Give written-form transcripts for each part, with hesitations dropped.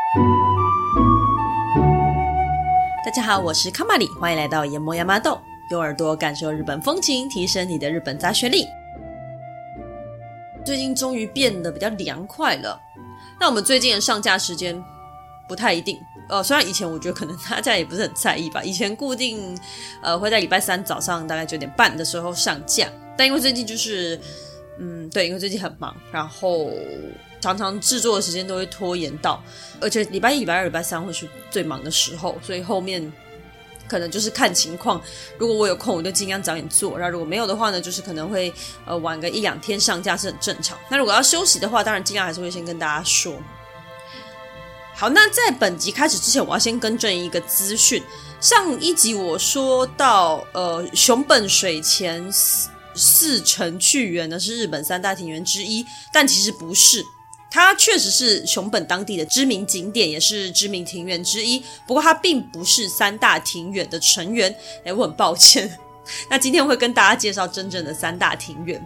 大家好，我是卡玛里，欢迎来到研磨亚麻豆，用耳朵感受日本风情，提升你的日本杂学力。最近终于变得比较凉快了，那我们最近的上架时间不太一定，虽然以前我觉得可能大家也不是很在意吧，以前固定会在礼拜三早上大概9点半的时候上架，但因为最近就是对，因为最近很忙，然后常常制作的时间都会拖延到，而且礼拜一、礼拜二、礼拜三会是最忙的时候，所以后面可能就是看情况，如果我有空我就尽量早点做，然后如果没有的话呢，就是可能会晚个1-2天上架是很正常。那如果要休息的话，当然尽量还是会先跟大家说。好，那在本集开始之前，我要先更正一个资讯。上一集我说到熊本水前四城趣园呢是日本3大庭园之一，但其实不是，它确实是熊本当地的知名景点，也是知名庭园之一，不过它并不是3大庭园的成员。我很抱歉，那今天会跟大家介绍真正的3大庭园。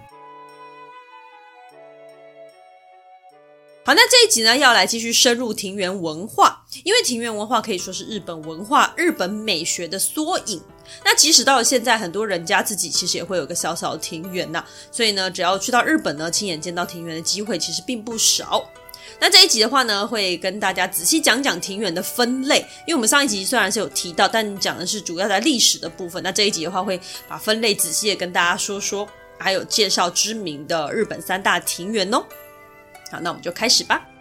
好，那这一集呢要来继续深入庭园文化，因为庭园文化可以说是日本文化、日本美学的缩影。那即使到了现在，很多人家自己其实也会有个小小的庭园呐，所以呢，只要去到日本呢，亲眼见到庭园的机会其实并不少。那这一集的话呢，会跟大家仔细讲讲庭园的分类，因为我们上一集虽然是有提到，但讲的是主要在历史的部分。那这一集的话，会把分类仔细的跟大家说说，还有介绍知名的日本3大庭园哦。好，那我们就开始吧。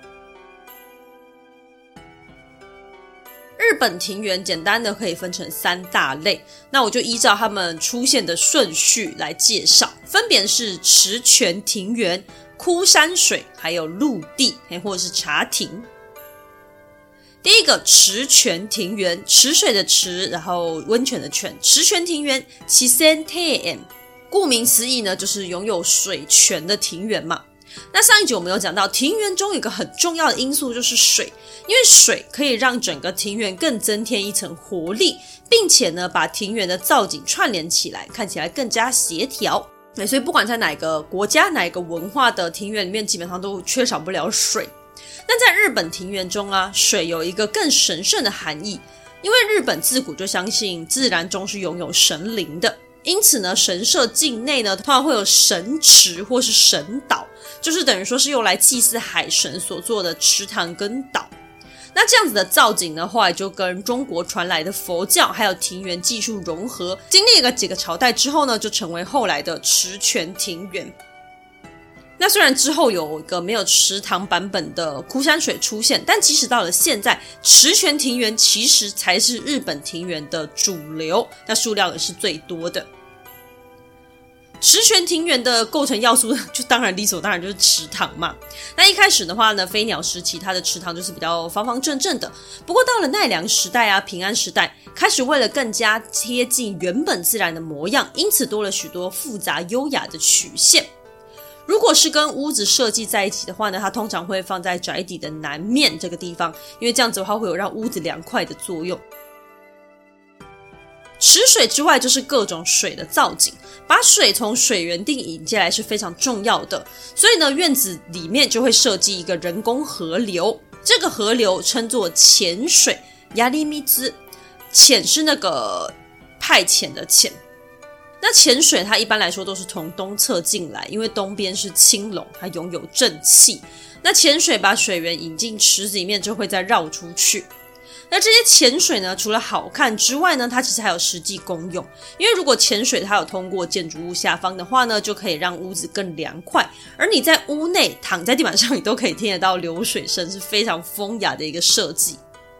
日本庭园简单的可以分成3大类，那我就依照他们出现的顺序来介绍，分别是池泉庭园、枯山水，还有陆地或者是茶庭。第一个池泉庭园，池水的池，然后温泉的泉，池泉庭园 Chisen Teien， 顾名思义呢，就是拥有水泉的庭园嘛。那上一集我们有讲到，庭园中有一个很重要的因素就是水，因为水可以让整个庭园更增添一层活力，并且呢把庭园的造景串联起来，看起来更加协调。所以不管在哪个国家、哪个文化的庭园里面，基本上都缺少不了水。但在日本庭园中啊，水有一个更神圣的含义，因为日本自古就相信自然中是拥有神灵的，因此呢，神社境内呢，通常会有神池或是神岛，就是等于说是用来祭祀海神所做的池塘跟岛。那这样子的造景呢，后来就跟中国传来的佛教还有庭园技术融合，经历了几个朝代之后呢，就成为后来的池泉庭园。那虽然之后有一个没有池塘版本的枯山水出现，但即使到了现在，池泉庭园其实才是日本庭园的主流，那数量也是最多的。池泉庭园的构成要素就当然理所当然就是池塘嘛。那一开始的话呢，飞鸟时期它的池塘就是比较方方正正的，不过到了奈良时代啊、平安时代，开始为了更加贴近原本自然的模样，因此多了许多复杂优雅的曲线。如果是跟屋子设计在一起的话呢，它通常会放在宅邸的南面这个地方，因为这样子的话会有让屋子凉快的作用。池水之外就是各种水的造景，把水从水源地引进来是非常重要的，所以呢，院子里面就会设计一个人工河流，这个河流称作遣水，ヤリミズ，遣是那个派遣的遣。那遣水它一般来说都是从东侧进来，因为东边是青龙，它拥有正气。那遣水把水源引进池子里面，就会再绕出去。那这些潜水呢，除了好看之外呢，它其实还有实际功用。因为如果潜水它有通过建筑物下方的话呢，就可以让屋子更凉快，而你在屋内躺在地板上，你都可以听得到流水声，是非常风雅的一个设计。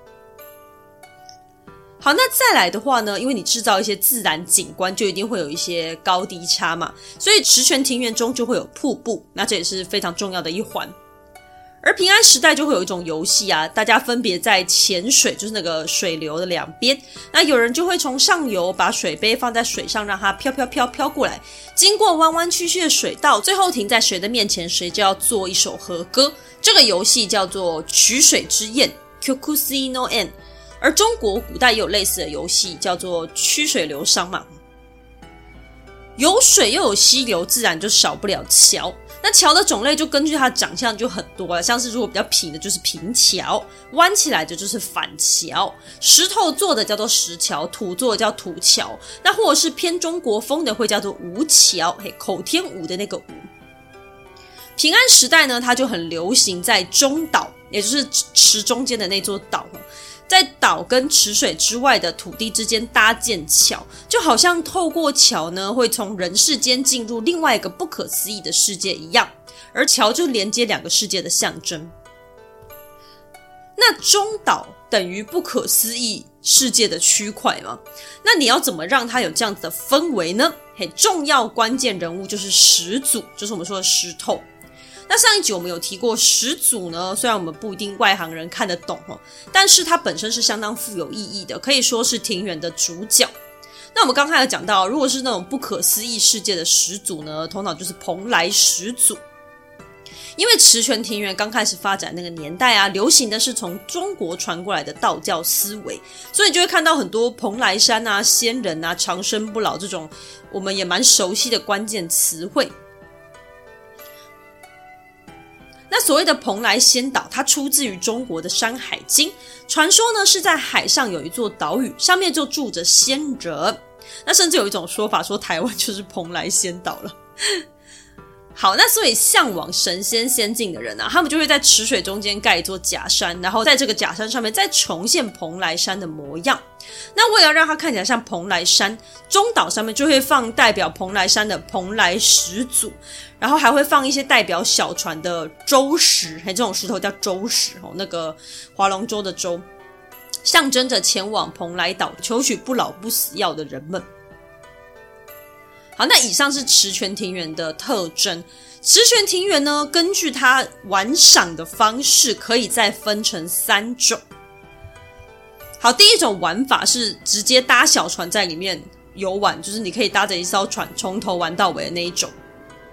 好，那再来的话呢，因为你制造一些自然景观，就一定会有一些高低差嘛，所以池泉庭园中就会有瀑布，那这也是非常重要的一环。而平安时代就会有一种游戏啊，大家分别在潜水，就是那个水流的两边，那有人就会从上游把水杯放在水上，让它飘过来，经过弯弯曲曲的水道，最后停在谁的面前，谁就要做一首和歌。这个游戏叫做曲水之宴 Kyokusui no En， 而中国古代也有类似的游戏，叫做曲水流觞嘛。有水又有溪流，自然就少不了桥。 那桥的种类就根据它的长相就很多了，像是如果比较平的就是平桥，弯起来的就是反桥，石头做的叫做石桥，土做的叫土桥，那或者是偏中国风的会叫做吴桥，口天吴的那个吴。平安时代呢，它就很流行在中岛，也就是池中间的那座岛，在岛跟池水之外的土地之间搭建桥，就好像透过桥呢，会从人世间进入另外一个不可思议的世界一样，而桥就连接两个世界的象征。那中岛等于不可思议世界的区块嘛？那你要怎么让它有这样子的氛围呢？重要关键人物就是石组，就是我们说的石头。那上一集我们有提过，石组呢，虽然我们不一定外行人看得懂，但是它本身是相当富有意义的，可以说是庭园的主角。那我们刚才有讲到，如果是那种不可思议世界的始祖呢，通常就是蓬莱始祖。因为池泉庭园刚开始发展那个年代啊，流行的是从中国传过来的道教思维，所以你就会看到很多蓬莱山啊、仙人啊、长生不老这种我们也蛮熟悉的关键词汇。那所谓的蓬莱仙岛，它出自于中国的《山海经》，传说呢是在海上有一座岛屿，上面就住着仙人。那甚至有一种说法说台湾就是蓬莱仙岛了。好，那所以向往神仙仙境的人啊，他们就会在池水中间盖一座假山，然后在这个假山上面再重现蓬莱山的模样。那为了让它看起来像蓬莱山，中岛上面就会放代表蓬莱山的蓬莱石组，然后还会放一些代表小船的舟石，这种石头叫舟石，那个划龙舟的舟，象征着前往蓬莱岛求取不老不死药的人们。好，那以上是池泉庭园的特征。池泉庭园呢，根据它玩赏的方式可以再分成3种。好，第一种玩法是直接搭小船在里面游玩，就是你可以搭着一艘船从頭玩到尾的那一种。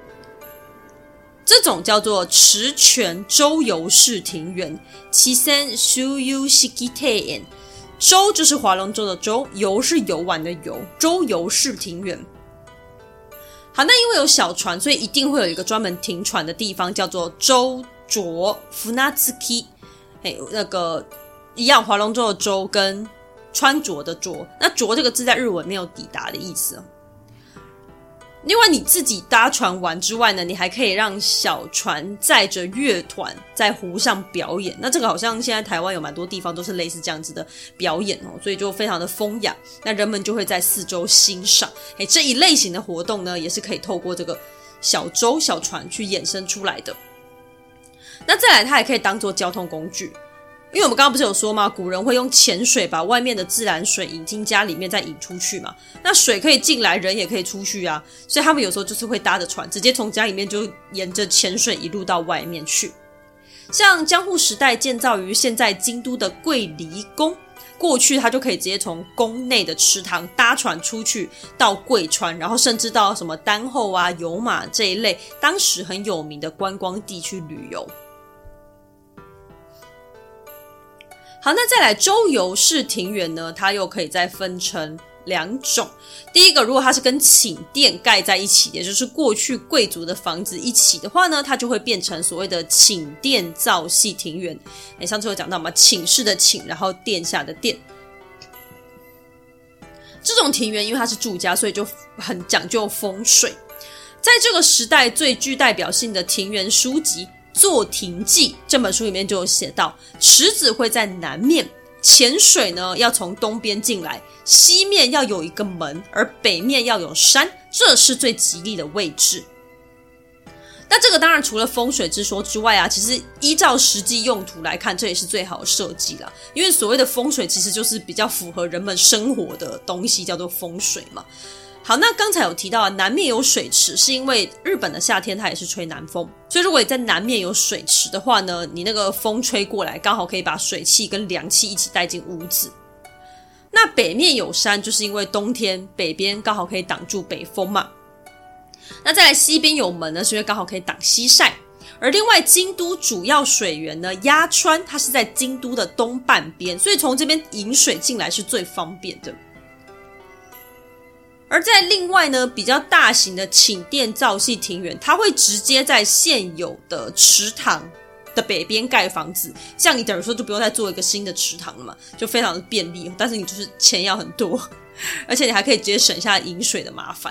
这种叫做池泉周游式庭园，池泉周遊式庭園。周就是划龙舟的舟，游是游玩的游，周游式庭园。好，那因为有小船，所以一定会有一个专门停船的地方，叫做舟着船那个一样划龙舟的舟跟穿着的着，那着这个字在日文没有抵达的意思。另外你自己搭船玩之外呢，你还可以让小船载着乐团在湖上表演，那这个好像现在台湾有蛮多地方都是类似这样子的表演所以就非常的风雅，那人们就会在四周欣赏。这一类型的活动呢，也是可以透过这个小舟小船去衍生出来的。那再来它也可以当作交通工具，因为我们刚刚不是有说吗，古人会用潜水把外面的自来水引进家里面再引出去嘛，那水可以进来，人也可以出去啊，所以他们有时候就是会搭着船直接从家里面就沿着潜水一路到外面去。像江户时代建造于现在京都的桂离宫，过去他就可以直接从宫内的池塘搭船出去到桂川，然后甚至到什么丹后啊、有马这一类当时很有名的观光地去旅游。好，那再来周游式庭园呢，它又可以再分成2种。第一个，如果它是跟寝殿盖在一起，也就是过去贵族的房子一起的话呢，它就会变成所谓的寝殿造系庭园。上次有讲到嘛，寝室的寝，然后殿下的殿。这种庭园因为它是住家，所以就很讲究风水。在这个时代最具代表性的庭园书籍《作庭记》这本书里面就有写到，池子会在南面，潜水呢要从东边进来，西面要有一个门，而北面要有山，这是最吉利的位置。那这个当然除了风水之说之外啊，其实依照实际用途来看，这也是最好的设计啦。因为所谓的风水其实就是比较符合人们生活的东西，叫做风水嘛。好，那刚才有提到南面有水池，是因为日本的夏天它也是吹南风，所以如果你在南面有水池的话呢，你那个风吹过来刚好可以把水汽跟凉气一起带进屋子。那北面有山，就是因为冬天北边刚好可以挡住北风嘛。那再来西边有门呢，是因为刚好可以挡西晒。而另外京都主要水源呢，鸭川它是在京都的东半边，所以从这边引水进来是最方便的。 而在另外呢，比较大型的寝殿造系庭园，它会直接在现有的池塘的北边盖房子，这样你等于说就不用再做一个新的池塘了嘛，就非常的便利，但是你就是钱要很多，而且你还可以直接省下饮水的麻烦。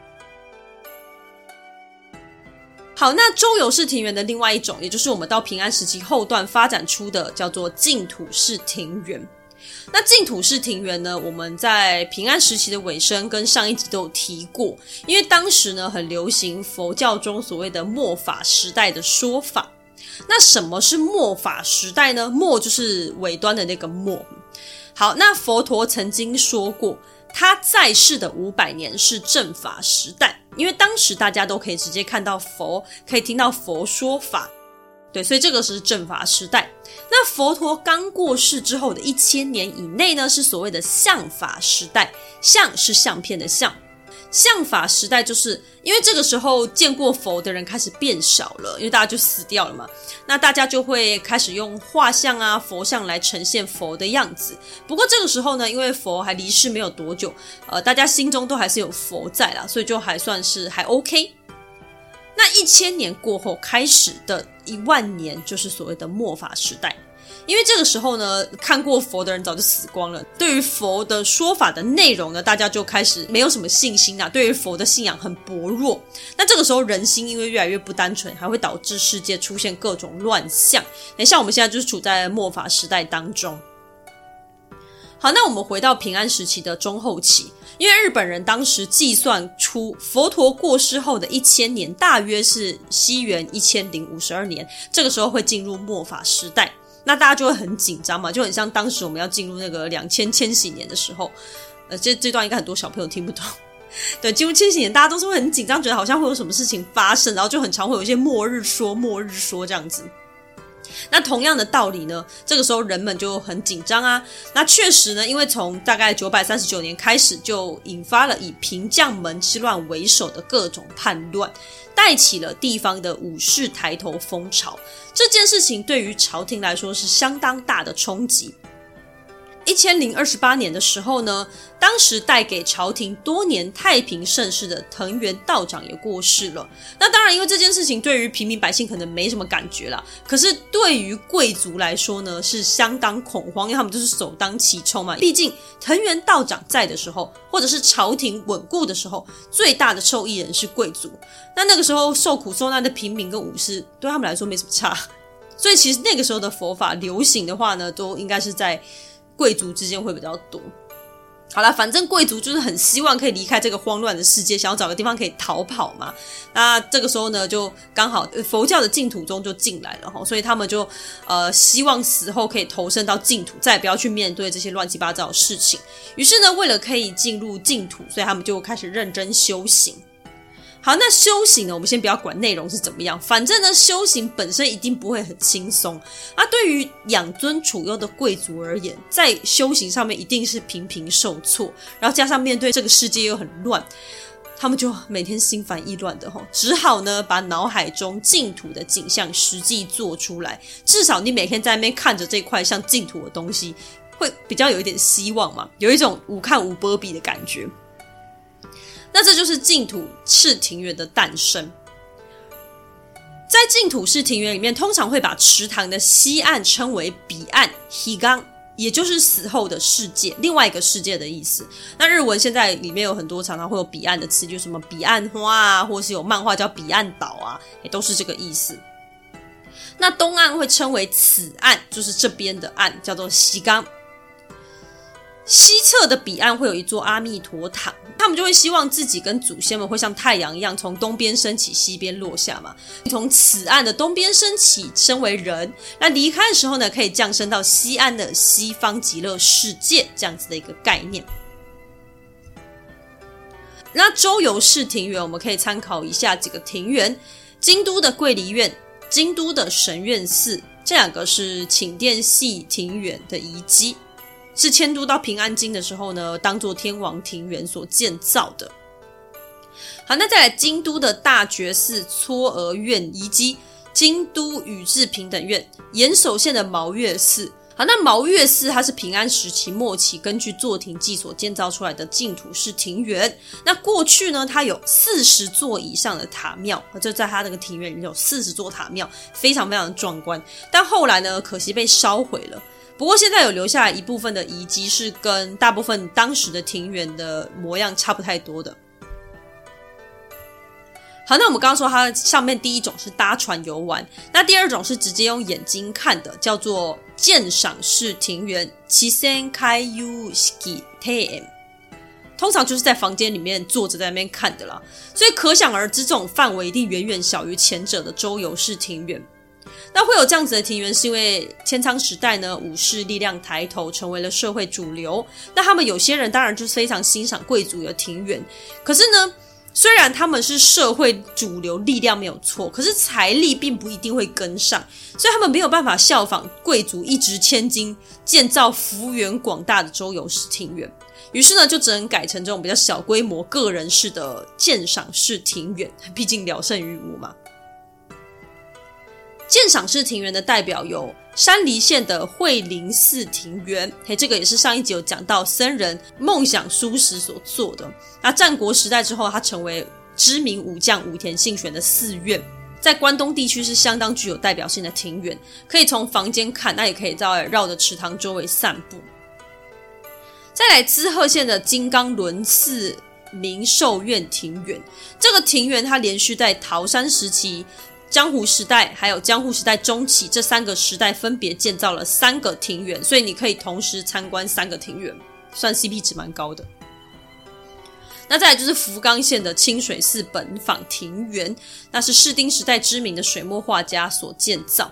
好，那周游式庭园的另外一种，也就是我们到平安时期后段发展出的，叫做净土式庭园。那净土式庭园呢，我们在平安时期的尾声跟上一集都有提过，因为当时呢很流行佛教中所谓的末法时代的说法。那什么是末法时代呢？末就是尾端的那个末。好，那佛陀曾经说过，他在世的500年是正法时代，因为当时大家都可以直接看到佛，可以听到佛说法，对，所以这个是正法时代。那佛陀刚过世之后的1000年以内呢，是所谓的相法时代，相是相片的相。相法时代就是因为这个时候见过佛的人开始变少了，因为大家就死掉了嘛，那大家就会开始用画像啊、佛像来呈现佛的样子。不过这个时候呢，因为佛还离世没有多久，大家心中都还是有佛在啦，所以就还算是还 OK。那1000年过后开始的10000年就是所谓的末法时代，因为这个时候呢，看过佛的人早就死光了，对于佛的说法的内容呢，大家就开始没有什么信心啦，对于佛的信仰很薄弱。那这个时候人心因为越来越不单纯，还会导致世界出现各种乱象。像我们现在就是处在末法时代当中。好，那我们回到平安时期的中后期，因为日本人当时计算出佛陀过世后的1000年大约是西元1052年，这个时候会进入末法时代。那大家就会很紧张嘛，就很像当时我们要进入那个2000千禧年的时候，这段应该很多小朋友听不懂。对，进入千禧年大家都是会很紧张，觉得好像会有什么事情发生，然后就很常会有一些末日说这样子。那同样的道理呢，这个时候人们就很紧张啊。那确实呢，因为从大概939年开始就引发了以平将门之乱为首的各种叛乱，带起了地方的武士抬头风潮。这件事情对于朝廷来说是相当大的冲击。1028年的时候呢，当时带给朝廷多年太平盛世的藤原道长也过世了。那当然因为这件事情对于平民百姓可能没什么感觉啦，可是对于贵族来说呢是相当恐慌，因为他们就是首当其冲嘛。毕竟藤原道长在的时候，或者是朝廷稳固的时候，最大的受益人是贵族，那个时候受苦受难的平民跟武士对他们来说没什么差，所以其实那个时候的佛法流行的话呢，都应该是在贵族之间会比较多。好啦，反正贵族就是很希望可以离开这个慌乱的世界，想要找个地方可以逃跑嘛。那这个时候呢，就刚好佛教的净土宗就进来了，所以他们就希望死后可以投身到净土，再也不要去面对这些乱七八糟的事情。于是呢，为了可以进入净土，所以他们就开始认真修行。好，那修行呢，我们先不要管内容是怎么样，反正呢，修行本身一定不会很轻松。对于养尊处优的贵族而言，在修行上面一定是频频受挫，然后加上面对这个世界又很乱，他们就每天心烦意乱的，只好呢把脑海中净土的景象实际做出来，至少你每天在那边看着这块像净土的东西，会比较有一点希望嘛，有一种无看无波比的感觉。那这就是净土式庭园的诞生。在净土式庭园里面，通常会把池塘的西岸称为彼岸 higan， 也就是死后的世界，另外一个世界的意思。那日文现在里面有很多常常会有彼岸的词，就是什么彼岸花啊，或是有漫画叫彼岸岛啊，也都是这个意思。那东岸会称为此岸，就是这边的岸，叫做higan。西侧的彼岸会有一座阿弥陀堂，他们就会希望自己跟祖先们会像太阳一样从东边升起西边落下嘛，从此岸的东边升起升为人，那离开的时候呢可以降生到西岸的西方极乐世界，这样子的一个概念。那周游式庭园我们可以参考以下几个庭园，京都的桂离院、京都的神院寺，这两个是寝殿系庭园的遗迹，是迁都到平安京的时候呢，当作天王庭园所建造的。好，那再来京都的大觉寺嵯峨院遗迹，京都宇治平等院，岩手县的毛月寺， 好，那毛月寺它是平安时期末期根据座亭记所建造出来的净土式庭园。那过去呢，它有40座以上的塔庙，就在它那个庭园里面有40座塔庙，非常非常的壮观。但后来呢，可惜被烧毁了。不过现在有留下来一部分的遗迹，是跟大部分当时的庭园的模样差不太多的。好，那我们刚刚说它上面第一种是搭船游玩，那第二种是直接用眼睛看的，叫做鉴赏式庭园 Chisenkayu Shiki Teien， 通常就是在房间里面坐着在那边看的啦，所以可想而知这种范围一定远远小于前者的周游式庭园。那会有这样子的庭园是因为镰仓时代呢，武士力量抬头成为了社会主流，那他们有些人当然就是非常欣赏贵族的庭园，可是呢虽然他们是社会主流力量没有错，可是财力并不一定会跟上，所以他们没有办法效仿贵族一掷千金建造幅员广大的周游式庭园，于是呢就只能改成这种比较小规模个人式的鉴赏式庭园，毕竟聊胜于无嘛。鉴赏式庭园的代表有山梨县的惠林寺庭园，这个也是上一集有讲到僧人梦想书石所做的。那战国时代之后，它成为知名武将武田信玄的寺院，在关东地区是相当具有代表性的庭园，可以从房间看，那也可以在绕着池塘周围散步。再来滋贺县的金刚轮寺明寿院庭园，这个庭园它连续在桃山时期、江户时代还有江户时代中期这3个时代分别建造了3个庭园，所以你可以同时参观3个庭园，算 CP 值蛮高的。那再来就是福冈县的清水寺本坊庭园，那是室町时代知名的水墨画家所建造。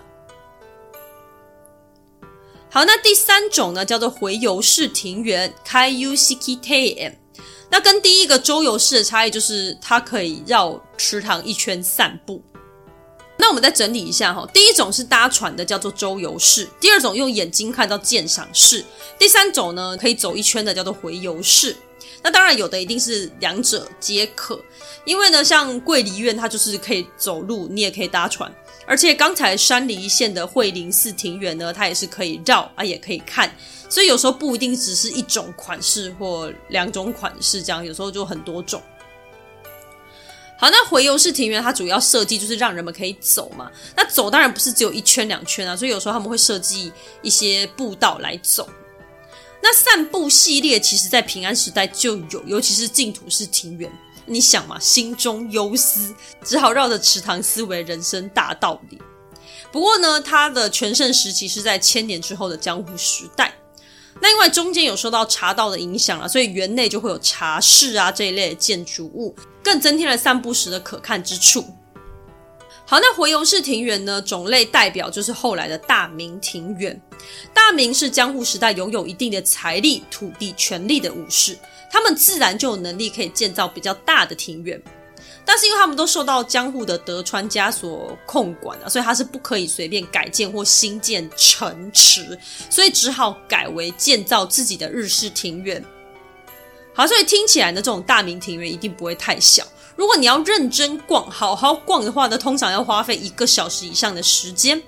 好，那第3种呢叫做回游式庭园 Kayu Shiki Teien， 那跟第一个周游式的差异就是它可以绕池塘一圈散步。那我们再整理一下哈，第一种是搭船的叫做周游式，第二种用眼睛看到鉴赏式，第3种呢可以走一圈的叫做回游式。那当然有的一定是两者皆可，因为呢像桂离院它就是可以走路，你也可以搭船，而且刚才山梨县的惠林寺庭园呢，它也是可以绕也可以看，所以有时候不一定只是一种款式或2种款式这样，有时候就很多种。好，那回游式庭园它主要设计就是让人们可以走嘛，那走当然不是只有1圈2圈啊，所以有时候他们会设计一些步道来走。那散步系列其实在平安时代就有，尤其是净土式庭园，你想嘛，心中忧思，只好绕着池塘思维人生大道理。不过呢，它的全盛时期是在1000年之后的江户时代。那因为中间有受到茶道的影响啦，所以园内就会有茶室这一类的建筑物，更增添了散步时的可看之处。好，那回游式庭园呢，种类代表就是后来的大名庭园。大名是江户时代拥有一定的财力、土地、权力的武士，他们自然就有能力可以建造比较大的庭园。但是因为他们都受到江户的德川家所控管所以他是不可以随便改建或新建城池，所以只好改为建造自己的日式庭园。好，所以听起来呢，这种大名庭园一定不会太小。如果你要认真逛，好好逛的话呢，通常要花费1个小时以上的时间。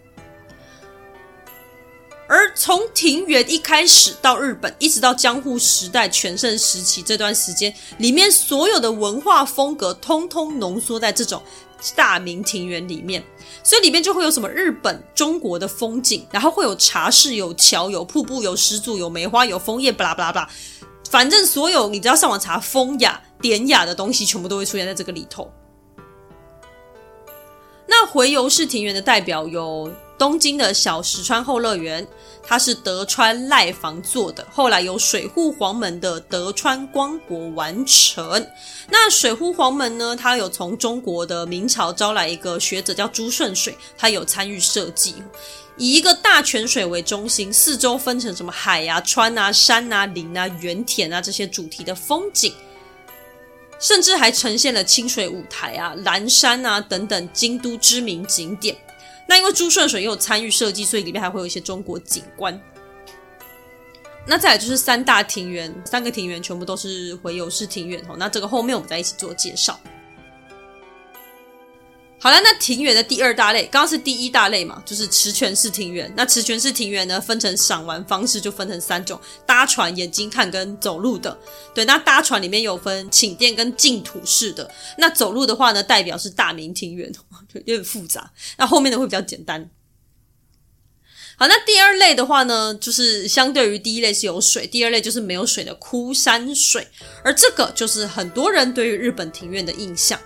而从庭园一开始到日本，一直到江户时代全盛时期这段时间，里面所有的文化风格通通浓缩在这种大名庭园里面，所以里面就会有什么日本、中国的风景，然后会有茶室、有桥、有瀑布、有始祖、有梅花、有枫叶，巴拉巴拉巴拉，反正所有你只要上网查风雅、典雅的东西，全部都会出现在这个里头。那回游式庭园的代表有东京的小石川后乐园，它是德川赖房做的，后来由水户黄门的德川光国完成。那水户黄门呢，他有从中国的明朝招来一个学者叫朱顺水，他有参与设计，以一个大泉水为中心，四周分成什么海川山林原田这些主题的风景，甚至还呈现了清水舞台蓝山等等京都知名景点。那因为朱顺水也有参与设计，所以里面还会有一些中国景观。那再来就是3大庭园，3个庭园全部都是回游式庭园，那这个后面我们再一起做介绍。 好了，那庭园的第二大类，刚刚是第一大类嘛，就是池泉式庭园。那池泉式庭园呢，分成赏玩方式就分成3种：搭船、眼睛看跟走路的。对，那搭船里面有分寝殿跟净土式的。那走路的话呢，代表是大明庭园，有点复杂。那后面的会比较简单。好，那第二类的话呢，就是相对于第一类是有水，第二类就是没有水的枯山水，而这个就是很多人对于日本庭院的印象。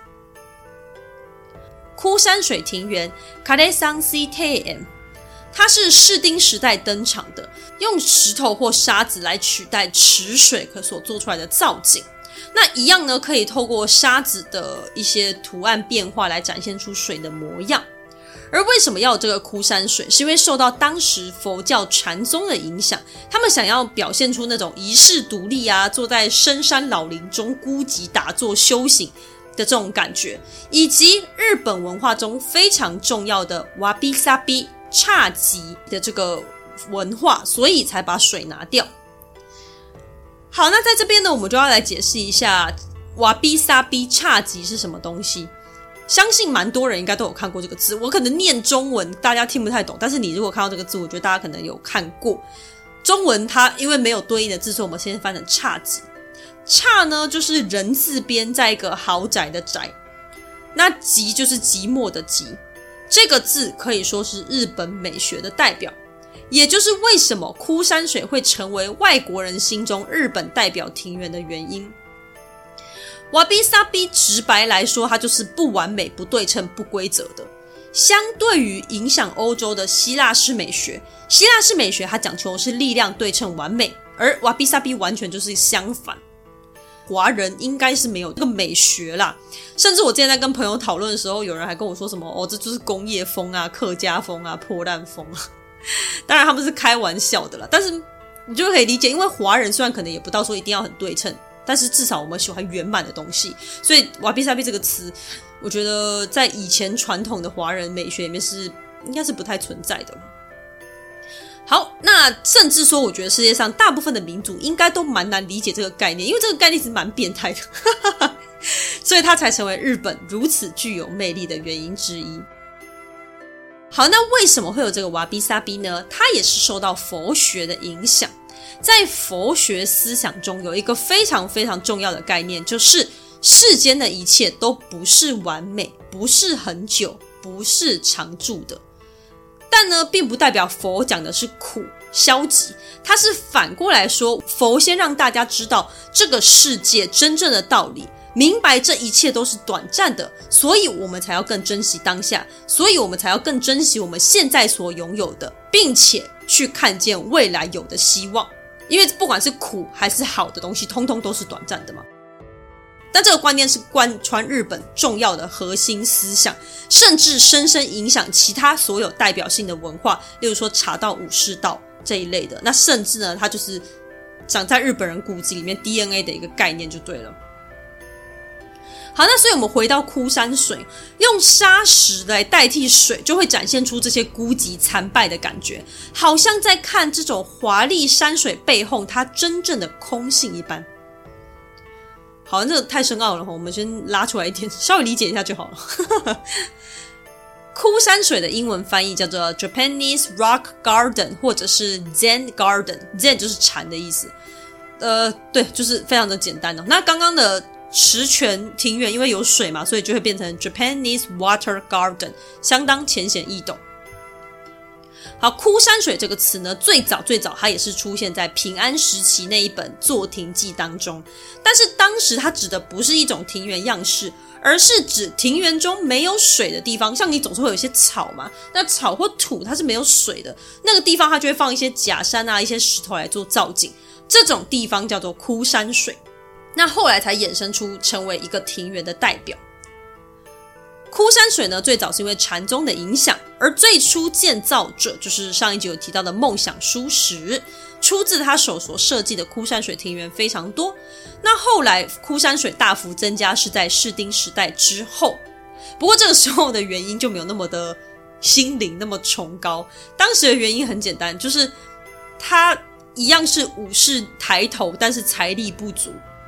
枯山水庭园 Karesanshi Teien， 它是室町时代登场的，用石头或沙子来取代池水所做出来的造景。那一样呢，可以透过沙子的一些图案变化来展现出水的模样。而为什么要有这个枯山水，是因为受到当时佛教禅宗的影响，他们想要表现出那种遗世独立啊，坐在深山老林中孤寂打坐修行的这种感觉，以及日本文化中非常重要的 wabi sabi 侘寂的这个文化，所以才把水拿掉。好，那在这边呢，我们就要来解释一下 wabi sabi 侘寂是什么东西。相信蛮多人应该都有看过这个字，我可能念中文大家听不太懂，但是你如果看到这个字，我觉得大家可能有看过。中文它因为没有对应的字，所以我们先翻成侘寂。侘呢就是人字边在一个豪宅的宅，那寂就是寂寞的寂，这个字可以说是日本美学的代表，也就是为什么枯山水会成为外国人心中日本代表庭园的原因。wabi sabi 直白来说，它就是不完美、不对称、不规则的。相对于影响欧洲的希腊式美学，希腊式美学它讲求的是力量对称完美，而 wabi sabi 完全就是相反。华人应该是没有这个美学啦，甚至我之前在跟朋友讨论的时候，有人还跟我说什么这就是工业风啊、客家风啊、破烂风啊。当然他们是开玩笑的啦，但是你就可以理解，因为华人虽然可能也不到说一定要很对称，但是至少我们喜欢圆满的东西，所以 wabi sabi 这个词我觉得在以前传统的华人美学里面是应该是不太存在的。好，那甚至说我觉得世界上大部分的民族应该都蛮难理解这个概念，因为这个概念是蛮变态的所以它才成为日本如此具有魅力的原因之一。好，那为什么会有这个 wabi sabi 呢？它也是受到佛学的影响。在佛学思想中有一个非常非常重要的概念，就是世间的一切都不是完美，不是很久，不是常驻的。但呢，并不代表佛讲的是苦消极，它是反过来说，佛先让大家知道这个世界真正的道理，明白这一切都是短暂的，所以我们才要更珍惜当下，所以我们才要更珍惜我们现在所拥有的，并且去看见未来有的希望。因为不管是苦还是好的东西，通通都是短暂的嘛。但这个观念是贯穿日本重要的核心思想，甚至深深影响其他所有代表性的文化，例如说茶道、武士道这一类的。那甚至呢，它就是长在日本人骨子里面 DNA 的一个概念就对了。好，那所以我们回到枯山水，用沙石来代替水，就会展现出这些孤寂残败的感觉，好像在看这种华丽山水背后它真正的空性一般。好，这个太深奥了，我们先拉出来一点，稍微理解一下就好了枯山水的英文翻译叫做 Japanese Rock Garden 或者是 Zen Garden， Zen 就是禅的意思。对，就是非常的简单的。那刚刚的池泉庭园因为有水嘛，所以就会变成 Japanese Water Garden， 相当浅显易懂。好，枯山水这个词呢，最早它也是出现在平安时期那一本《作庭记》当中，但是当时它指的不是一种庭园样式，而是指庭园中没有水的地方，像你总是会有一些草嘛，那草或土它是没有水的，那个地方它就会放一些假山啊、一些石头来做造景，这种地方叫做枯山水。那后来才衍生出成为一个庭园的代表。枯山水呢，最早是因为禅宗的影响，而最初建造者就是上一集有提到的梦想书石，出自他手所设计的枯山水庭园非常多。那后来枯山水大幅增加是在室町时代之后，不过这个时候的原因就没有那么的心灵那么崇高。当时的原因很简单，就是他一样是武士抬头，但是财力不足。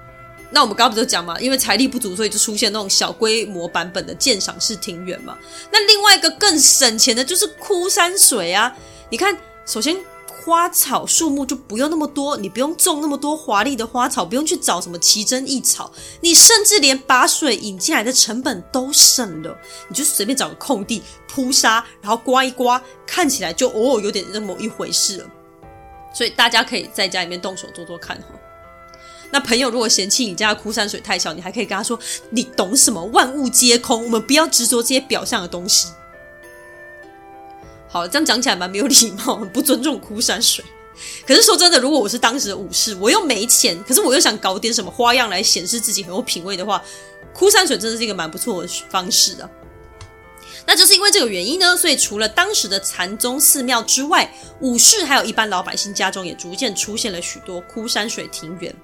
那我们刚刚不是讲嘛，因为财力不足，所以就出现那种小规模版本的鉴赏式庭园嘛。那另外一个更省钱的就是枯山水啊。你看，首先花草树木就不用那么多，你不用种那么多华丽的花草，不用去找什么奇珍异草，你甚至连把水引进来的成本都省了，你就随便找个空地铺沙，然后刮一刮，看起来就有点那么一回事了。所以大家可以在家里面动手做做看。那朋友如果嫌弃你家的枯山水太小，你还可以跟他说，你懂什么万物皆空，我们不要执着这些表象的东西。好，这样讲起来蛮没有礼貌，很不尊重枯山水。可是说真的，如果我是当时的武士，我又没钱，可是我又想搞点什么花样来显示自己很有品味的话，枯山水真的是一个蛮不错的方式啊。那就是因为这个原因呢，所以除了当时的禅宗寺庙之外，武士还有一般老百姓家中也逐渐出现了许多枯山水庭园。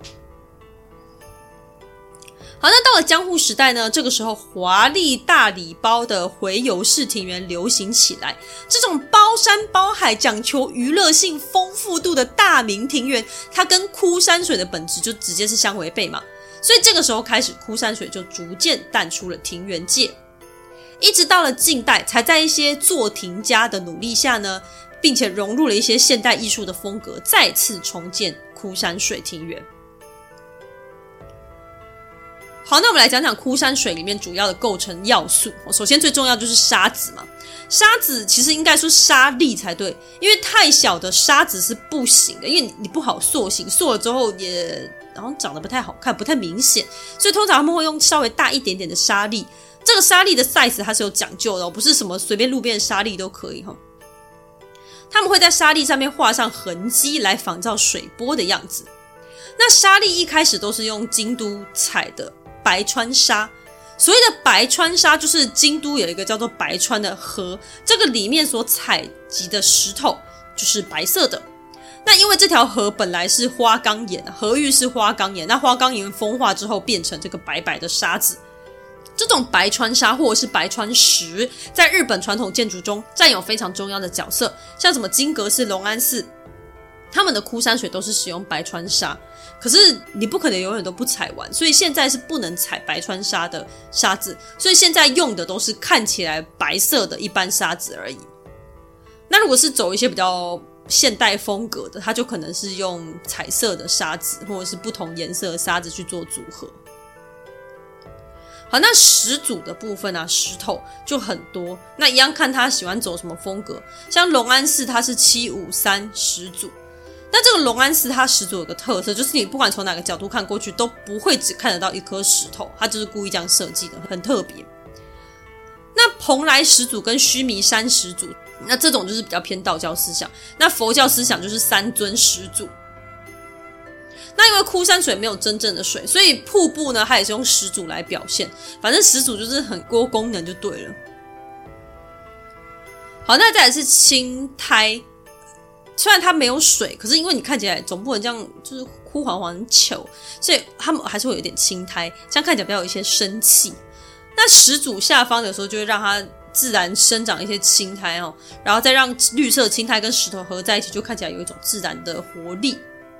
好，那到了江户时代呢，这个时候华丽大礼包的回游式庭园流行起来。这种包山包海讲求娱乐性丰富度的大名庭园，它跟枯山水的本质就直接是相违背嘛。所以这个时候开始，枯山水就逐渐淡出了庭园界。一直到了近代，才在一些作庭家的努力下呢，并且融入了一些现代艺术的风格，再次重建枯山水庭园。好，那我们来讲讲枯山水里面主要的构成要素。首先最重要就是沙子嘛，沙子其实应该说沙粒才对，因为太小的沙子是不行的，因为你不好塑形，塑了之后也然后长得不太好看，不太明显，所以通常他们会用稍微大一点点的沙粒。这个沙粒的 size 它是有讲究的，不是什么随便路边的沙粒都可以。他们会在沙粒上面画上痕迹来仿照水波的样子。那沙粒一开始都是用京都采的白川沙，所谓的白川沙就是京都有一个叫做白川的河，这个里面所采集的石头就是白色的。那因为这条河本来是花岗岩，河域是花岗岩，那花岗岩风化之后变成这个白白的沙子。这种白川沙或者是白川石，在日本传统建筑中占有非常重要的角色，像什么金阁寺、龙安寺，他们的枯山水都是使用白川沙。可是你不可能永远都不采完，所以现在是不能采白川沙的沙子，所以现在用的都是看起来白色的一般沙子而已。那如果是走一些比较现代风格的，它就可能是用彩色的沙子或者是不同颜色的沙子去做组合。好，那石组的部分啊，石头就很多，那一样看他喜欢走什么风格。像龙安寺它是753石组，那这个龙安寺它石组有个特色，就是你不管从哪个角度看过去都不会只看得到一颗石头，它就是故意这样设计的，很特别。那蓬莱石组跟须弥山石组，那这种就是比较偏道教思想，那佛教思想就是三尊石组。那因为枯山水没有真正的水，所以瀑布呢它也是用石组来表现，反正石组就是很多功能就对了。好，那再来是青苔，虽然它没有水，可是因为你看起来总不能这样就是枯黄黄很糗，所以它们还是会有一点青苔，这样看起来比较有一些生气。那石组下方的时候就会让它自然生长一些青苔然后再让绿色青苔跟石头合在一起，就看起来有一种自然的活力。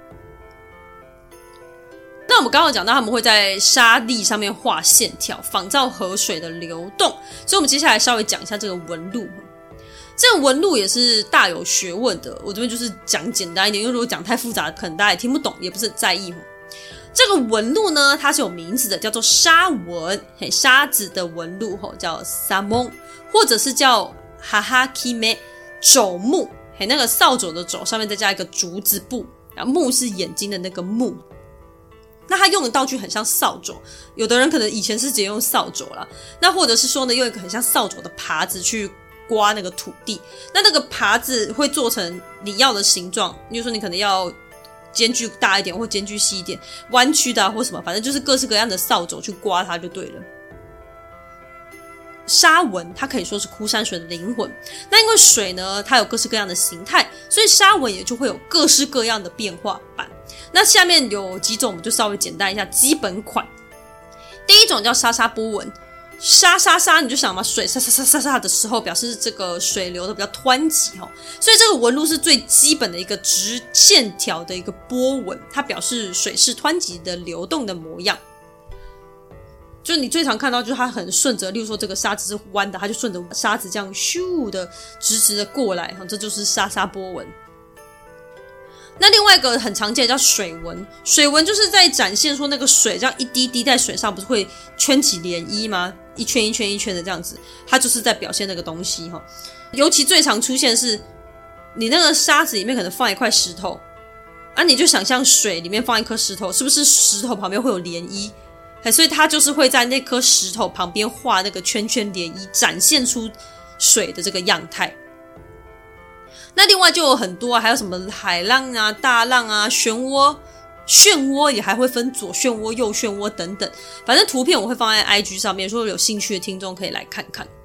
那我们刚刚讲到他们会在沙粒上面画线条，仿照河水的流动，所以我们接下来稍微讲一下这个纹路。这个纹路也是大有学问的，我这边就是讲简单一点，因为如果讲太复杂可能大家也听不懂，也不是很在意。这个纹路呢它是有名字的，叫做沙纹，沙子的纹路叫沙蒙，或者是叫哈哈 kime 肘木，那个扫帚的肘上面再加一个竹子部，然后木是眼睛的那个木。那他用的道具很像扫帚，有的人可能以前是直接用扫帚啦，那或者是说呢用一个很像扫帚的耙子去刮那个土地，那个耙子会做成你要的形状，比如说你可能要间距大一点或间距细一点，弯曲的或什么，反正就是各式各样的扫帚去刮它就对了。沙纹它可以说是枯山水的灵魂，那因为水呢它有各式各样的形态，所以沙纹也就会有各式各样的变化版。那下面有几种我们就稍微简单一下基本款。第一种叫沙沙波纹， 沙沙沙，你就想嘛，水沙沙沙沙沙的时候，表示这个水流的比较湍急所以这个纹路是最基本的一个直线条的一个波纹，它表示水是湍急的流动的模样。就你最常看到就是它很顺着，例如说这个沙子是弯的，它就顺着沙子这样咻的直直的过来，这就是沙沙波纹。那另外一个很常见的叫水纹，水纹就是在展现说那个水这样一滴滴在水上不是会圈起涟漪吗？一圈一圈一圈的这样子，它就是在表现那个东西尤其最常出现是你那个沙子里面可能放一块石头你就想象水里面放一颗石头，是不是石头旁边会有涟漪？所以它就是会在那颗石头旁边画那个圈圈涟漪，展现出水的这个样态。那另外就有很多还有什么海浪啊、大浪啊、漩涡也还会分左漩涡、右漩涡等等。反正图片我会放在 IG 上面，如果有兴趣的听众可以来看看。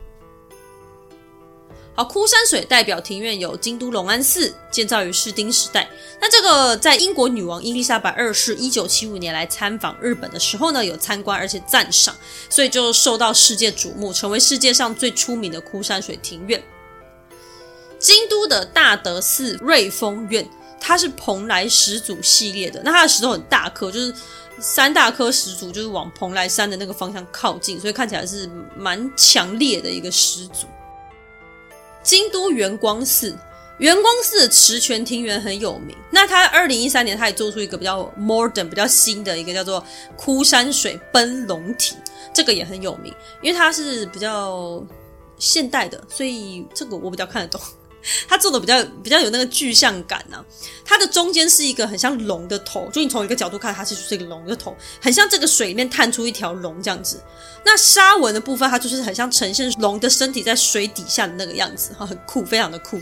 好，枯山水代表庭院有京都龙安寺，建造于室町时代。那这个在英国女王伊丽莎白二世1975年来参访日本的时候呢，有参观而且赞赏，所以就受到世界瞩目，成为世界上最出名的枯山水庭院。京都的大德寺瑞丰院，它是蓬莱始祖系列的，那它的石头很大颗，就是3大颗始祖就是往蓬莱山的那个方向靠近，所以看起来是蛮强烈的一个始祖。京都圆光寺，圆光寺的池泉庭园很有名，那它2013年它也做出一个比较 modern 比较新的一个叫做枯山水奔龙亭，这个也很有名，因为它是比较现代的，所以这个我比较看得懂。它做的比较有那个具象感它的中间是一个很像龙的头，就你从一个角度看它就是一个龙的头，很像这个水里面探出一条龙这样子。那沙纹的部分它就是很像呈现龙的身体在水底下的那个样子，很酷，非常的酷。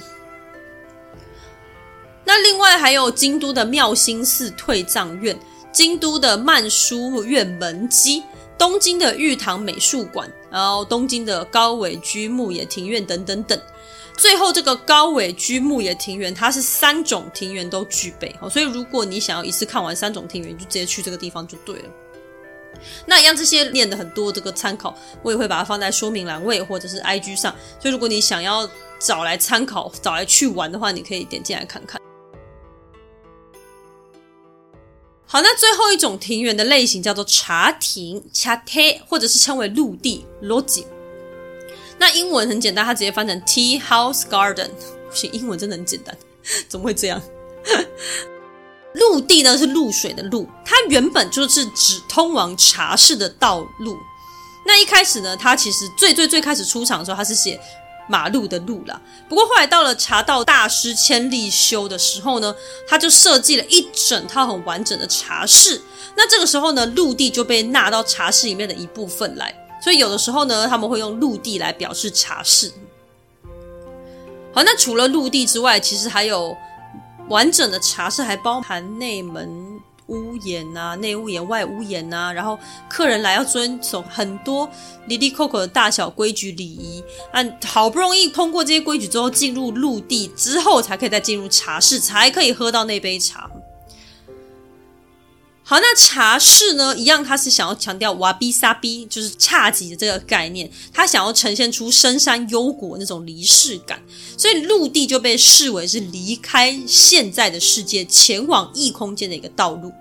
那另外还有京都的妙心寺退藏院、京都的曼殊院门基、东京的玉堂美术馆，然后东京的高尾居牧野庭院等等等。最后这个高尾居牧野庭园它是3种庭园都具备，所以如果你想要一次看完3种庭园，就直接去这个地方就对了。那一样这些念的很多这个参考我也会把它放在说明栏位或者是 IG 上，所以如果你想要找来参考找来去玩的话，你可以点进来看看。好，那最后一种庭园的类型叫做茶庭 chate， 或者是称为陆地 lodge。那英文很简单，它直接翻成 Tea House Garden。 英文真的很简单，怎么会这样？陆地呢是露水的陆，它原本就是指通往茶室的道路。那一开始呢，它其实最开始出场的时候，它是写马路的路啦。不过后来到了茶道大师千利休的时候呢，他就设计了一整套很完整的茶室。那这个时候呢，陆地就被纳到茶室里面的一部分来。所以有的时候呢，他们会用陆地来表示茶室。好，那除了陆地之外，其实还有完整的茶室，还包含内门屋檐啊、内屋檐、外屋檐啊，然后客人来要遵守很多哩哩扣扣的大小规矩礼仪。好不容易通过这些规矩之后，进入陆地之后，才可以再进入茶室，才可以喝到那杯茶。好，那茶室呢，一样它是想要强调瓦比萨比，就是侘寂的这个概念，它想要呈现出深山幽谷那种离世感，所以陆地就被视为是离开现在的世界，前往异空间的一个道路。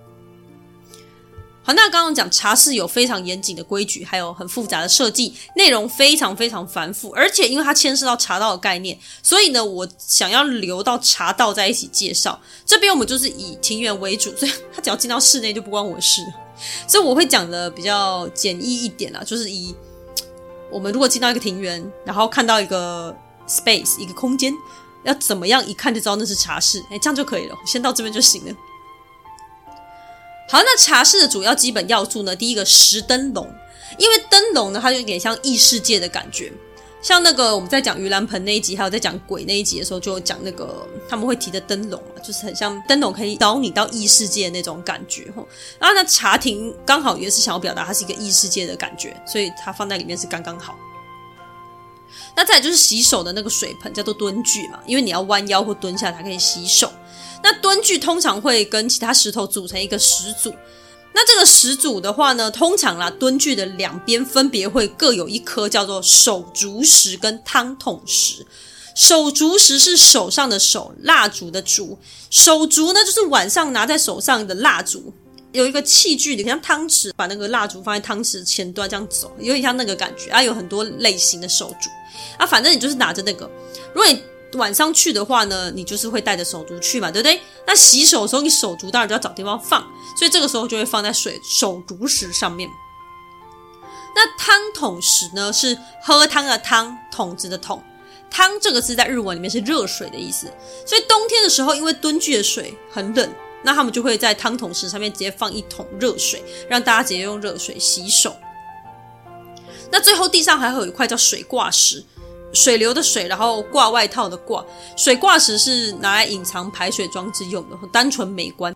好，那刚刚讲茶室有非常严谨的规矩，还有很复杂的设计，内容非常非常繁复，而且因为它牵涉到茶道的概念，所以呢，我想要留到茶道在一起介绍。这边我们就是以庭园为主，所以它只要进到室内就不关我的事，所以我会讲的比较简易一点啦，就是以我们如果进到一个庭园，然后看到一个 space 一个空间，要怎么样一看就知道那是茶室，这样就可以了，先到这边就行了。好，那茶室的主要基本要素呢，第一个石灯笼，因为灯笼呢它就有点像异世界的感觉，像那个我们在讲盂兰盆那一集，还有在讲鬼那一集的时候，就有讲那个他们会提的灯笼就是很像灯笼可以导你到异世界的那种感觉。然后呢，茶亭刚好也是想要表达它是一个异世界的感觉，所以它放在里面是刚刚好。那再来就是洗手的那个水盆叫做蹲具嘛，因为你要弯腰或蹲下才可以洗手。那蹲具通常会跟其他石头组成一个石组，那那这个石柱的话呢，通常啦，墩具的两边分别会各有一颗叫做手竹石跟汤桶石。手竹石是手上的手，蜡烛的烛。手竹呢，就是晚上拿在手上的蜡烛，有一个器具，你像汤匙，把那个蜡烛放在汤匙前端这样走，有点像那个感觉啊。有很多类型的手竹啊，反正你就是拿着那个。如果你晚上去的话呢，你就是会带着手竹去嘛，对不对？那洗手的时候，你手竹当然就要找地方放，所以这个时候就会放在手竹石上面。那汤桶石呢，是喝汤的汤，桶子的桶。汤这个字在日文里面是热水的意思，所以冬天的时候，因为墩具的水很冷，那他们就会在汤桶石上面直接放一桶热水，让大家直接用热水洗手。那最后地上还会有一块叫水挂石，水流的水，然后挂外套的挂。水挂石是拿来隐藏排水装置用的，单纯美观。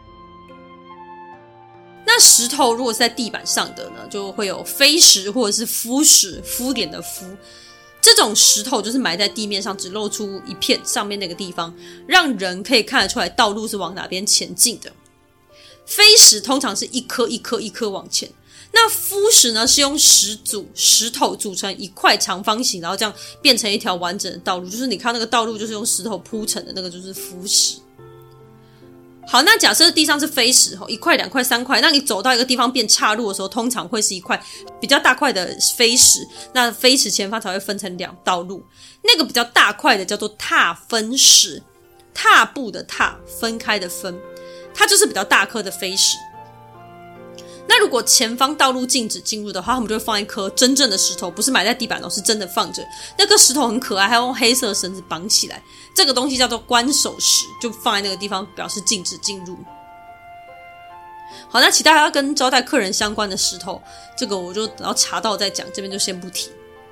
那石头如果是在地板上的呢，就会有飞石或者是敷石，敷脸的敷。这种石头就是埋在地面上，只露出一片上面那个地方，让人可以看得出来道路是往哪边前进的。飞石通常是一颗一颗一颗往前，那敷石呢是用石头组成一块长方形，然后这样变成一条完整的道路，就是你看那个道路就是用石头铺成的，那个就是敷石。好，那假设地上是飞石，一块两块三块，那你走到一个地方变岔路的时候，通常会是一块比较大块的飞石，那飞石前方才会分成两道路，那个比较大块的叫做踏分石，踏步的踏，分开的分，它就是比较大颗的飞石。那如果前方道路禁止进入的话，他们就会放一颗真正的石头，不是埋在地板，是真的放着。那颗石头很可爱，还用黑色绳子绑起来，这个东西叫做关守石，就放在那个地方表示禁止进入。好，那其他还要跟招待客人相关的石头，这个我就等到查到再讲，这边就先不提。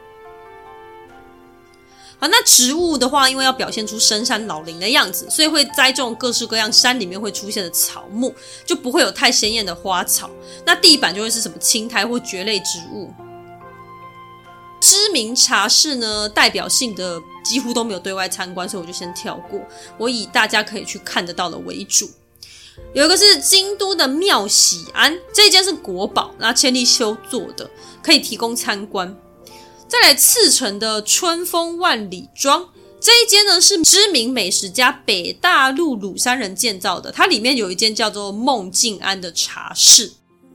好，那植物的话，因为要表现出深山老林的样子，所以会栽种各式各样山里面会出现的草木，就不会有太鲜艳的花草。那地板就会是什么青苔或蕨类植物。知名茶室呢，代表性的几乎都没有对外参观，所以我就先跳过，我以大家可以去看得到的为主。有一个是京都的妙喜庵，这一间是国宝，那千利休做的，可以提供参观。再来赤城的春风万里庄，这一间呢是知名美食家北大陆鲁山人建造的，它里面有一间叫做梦境庵的茶室。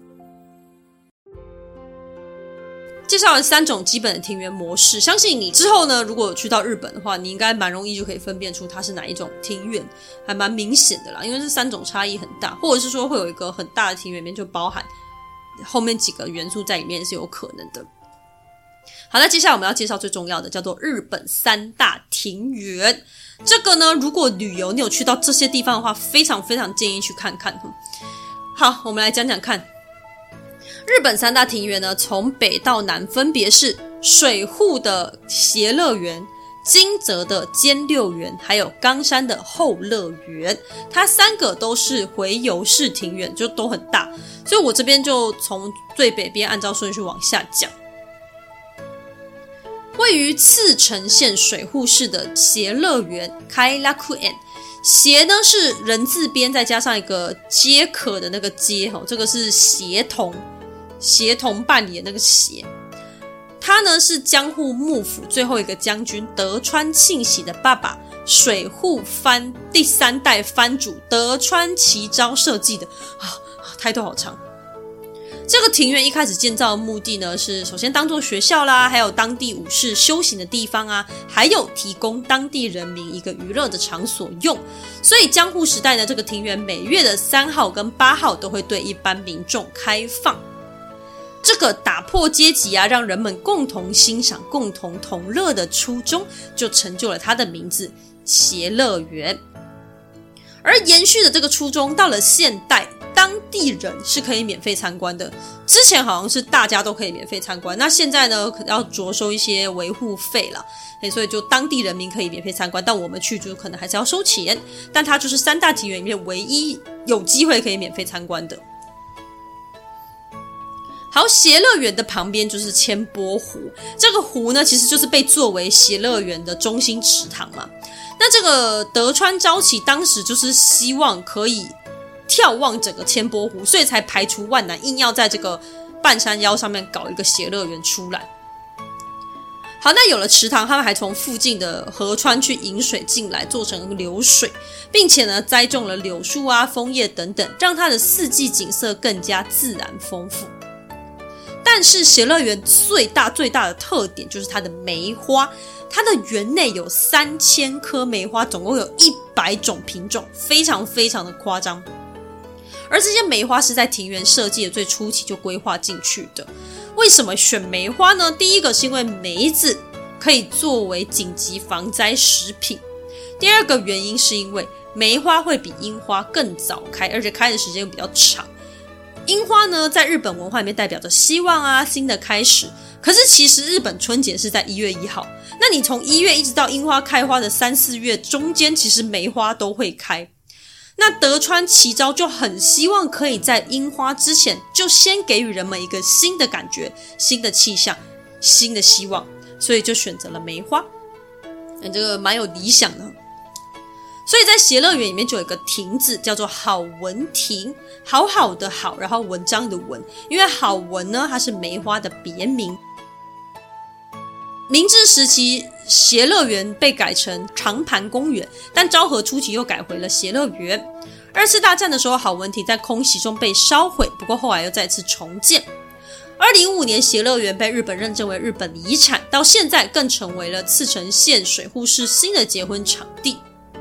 介绍了3种基本的庭园模式，相信你之后呢，如果有去到日本的话，你应该蛮容易就可以分辨出它是哪一种庭园，还蛮明显的啦，因为这3种差异很大，或者是说会有一个很大的庭园里面就包含后面几个元素在里面是有可能的。好，那接下来我们要介绍最重要的，叫做日本3大庭园。这个呢，如果旅游你有去到这些地方的话，非常非常建议去看看。好，我们来讲讲看。日本3大庭园呢，从北到南分别是水户的偕乐园、金泽的兼六园，还有冈山的后乐园。它3个都是回游式庭园，就都很大，所以我这边就从最北边按照顺序往下讲。位于茨城县水户市的偕乐园开拉库園，偕呢是人字边再加上一个皆可的那个皆，这个是协同办理的那个协。他呢是江户幕府最后一个将军德川庆喜的爸爸，水户藩第3代藩主德川齐昭设计的。抬头好长。这个庭园一开始建造的目的呢，是首先当作学校啦，还有当地武士修行的地方啊，还有提供当地人民一个娱乐的场所用。所以江户时代呢，这个庭园每月的3号跟8号都会对一般民众开放。这个打破阶级啊，让人们共同欣赏、共同同乐的初衷，就成就了它的名字偕乐园。而延续的这个初衷，到了现代，当地人是可以免费参观的。之前好像是大家都可以免费参观，那现在呢，可能要着收一些维护费啦，所以就当地人民可以免费参观，但我们去就可能还是要收钱。但它就是3大庭园里面唯一有机会可以免费参观的。好，偕乐园的旁边就是千波湖，这个湖呢，其实就是被作为偕乐园的中心池塘嘛。那这个德川昭启当时就是希望可以眺望整个千波湖，所以才排除万难，硬要在这个半山腰上面搞一个偕乐园出来。好，那有了池塘，他们还从附近的河川去引水进来，做成流水，并且呢栽种了柳树啊、枫叶等等，让它的四季景色更加自然丰富。但是偕乐园最大的特点就是它的梅花，它的园内有3000棵梅花，总共有100种品种，非常的夸张。而这些梅花是在庭园设计的最初期就规划进去的。为什么选梅花呢？第一个是因为梅子可以作为紧急防灾食品，第二个原因是因为梅花会比樱花更早开，而且开的时间比较长。樱花呢，在日本文化里面代表着希望啊、新的开始。可是其实日本春节是在1月1号，那你从1月一直到樱花开花的3、4月中间，其实梅花都会开。那德川齐昭就很希望可以在樱花之前就先给予人们一个新的感觉、新的气象、新的希望，所以就选择了梅花。这个蛮有理想的。所以在偕乐园里面就有一个亭子叫做好文亭，好好的好，然后文章的文，因为好文呢它是梅花的别名。明治时期偕乐园被改成长盘公园，但昭和初期又改回了偕乐园。2次大战的时候，好文亭在空袭中被烧毁，不过后来又再次重建。2015年偕乐园被日本认证为日本遗产，到现在更成为了茨城县水户市新的结婚场地。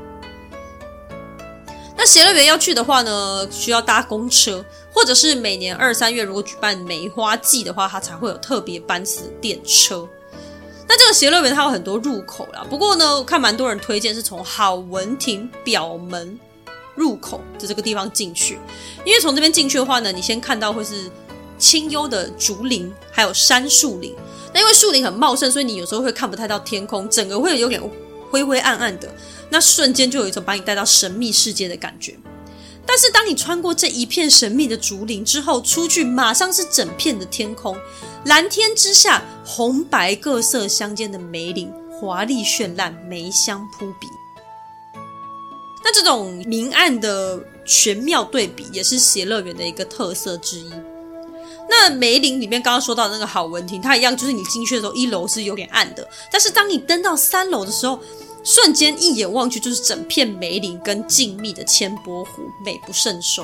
那偕乐园要去的话呢，需要搭公车，或者是每年2、3月如果举办梅花季的话，它才会有特别班次的电车。那这个偕乐园它有很多入口啦，不过呢，我看蛮多人推荐是从好文亭表门入口的这个地方进去，因为从这边进去的话呢，你先看到会是清幽的竹林，还有杉树林。那因为树林很茂盛，所以你有时候会看不太到天空，整个会有点灰灰暗暗的，那瞬间就有一种把你带到神秘世界的感觉。但是当你穿过这一片神秘的竹林之后，出去马上是整片的天空，蓝天之下，红白各色相间的梅林，华丽绚烂，梅香扑鼻。那这种明暗的玄妙对比，也是偕乐园的一个特色之一。那梅林里面刚刚说到的那个好文亭，它一样就是你进去的时候1楼是有点暗的，但是当你登到3楼的时候，瞬间一眼望去就是整片梅林跟静谧的千波湖，美不胜收。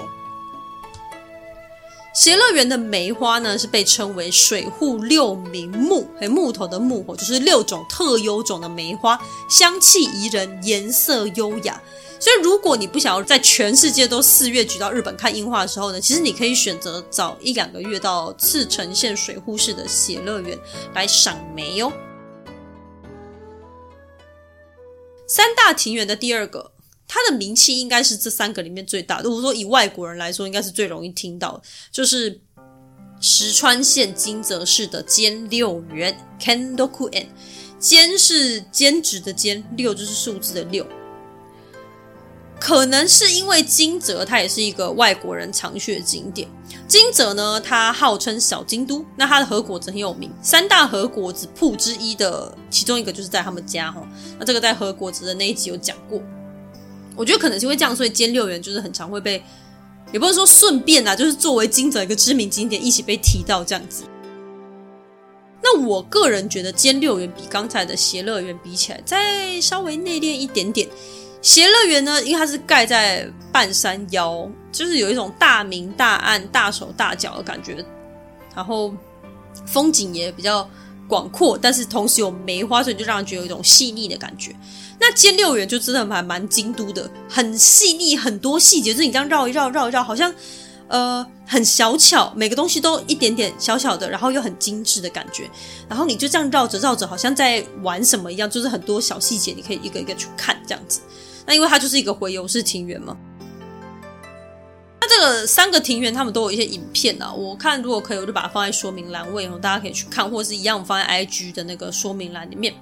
偕乐园的梅花呢，是被称为水户6名木，木头的木，就是6种特优种的梅花，香气宜人，颜色优雅。所以如果你不想要在全世界都4月举到日本看樱花的时候呢，其实你可以选择早1、2个月到茨城县水户市的偕乐园来赏梅哦。3大庭园的第2个，它的名气应该是这3个里面最大的。如果说以外国人来说，应该是最容易听到的，就是石川县金泽市的兼六园 Kendoku-en。 兼是兼职的兼，六就是数字的6。可能是因为金泽它也是一个外国人常去的景点。金泽呢，它号称小京都，那它的和果子很有名，3大和果子铺之一的其中一个就是在他们家。那这个在和果子的那一集有讲过。我觉得可能是因为这样，所以兼六园就是很常会被，也不是说顺便啊，就是作为金泽一个知名景点一起被提到这样子。那我个人觉得兼六园比刚才的偕乐园比起来再稍微内敛一点点。偕乐园呢，因为它是盖在半山腰，就是有一种大明大暗、大手大脚的感觉，然后风景也比较广阔，但是同时有梅花，所以就让人觉得有一种细腻的感觉。那兼六园就真的蛮京都的，很细腻，很多细节，就是你这样绕一绕，好像很小巧，每个东西都一点点小小的，然后又很精致的感觉。然后你就这样绕着，好像在玩什么一样，就是很多小细节，你可以一个一个去看这样子。那因为它就是一个回游式庭园嘛。那这个3个庭园他们都有一些影片啊，我看如果可以我就把它放在说明栏位，大家可以去看，或者是一样我放在 IG 的那个说明栏里面。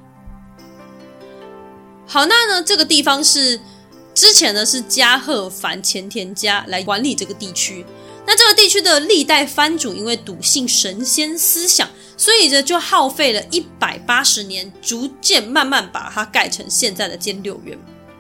好，那呢这个地方是之前呢是加贺藩前田家来管理这个地区。那这个地区的历代藩主因为笃信神仙思想，所以呢就耗费了180年，逐渐慢慢把它盖成现在的兼六园。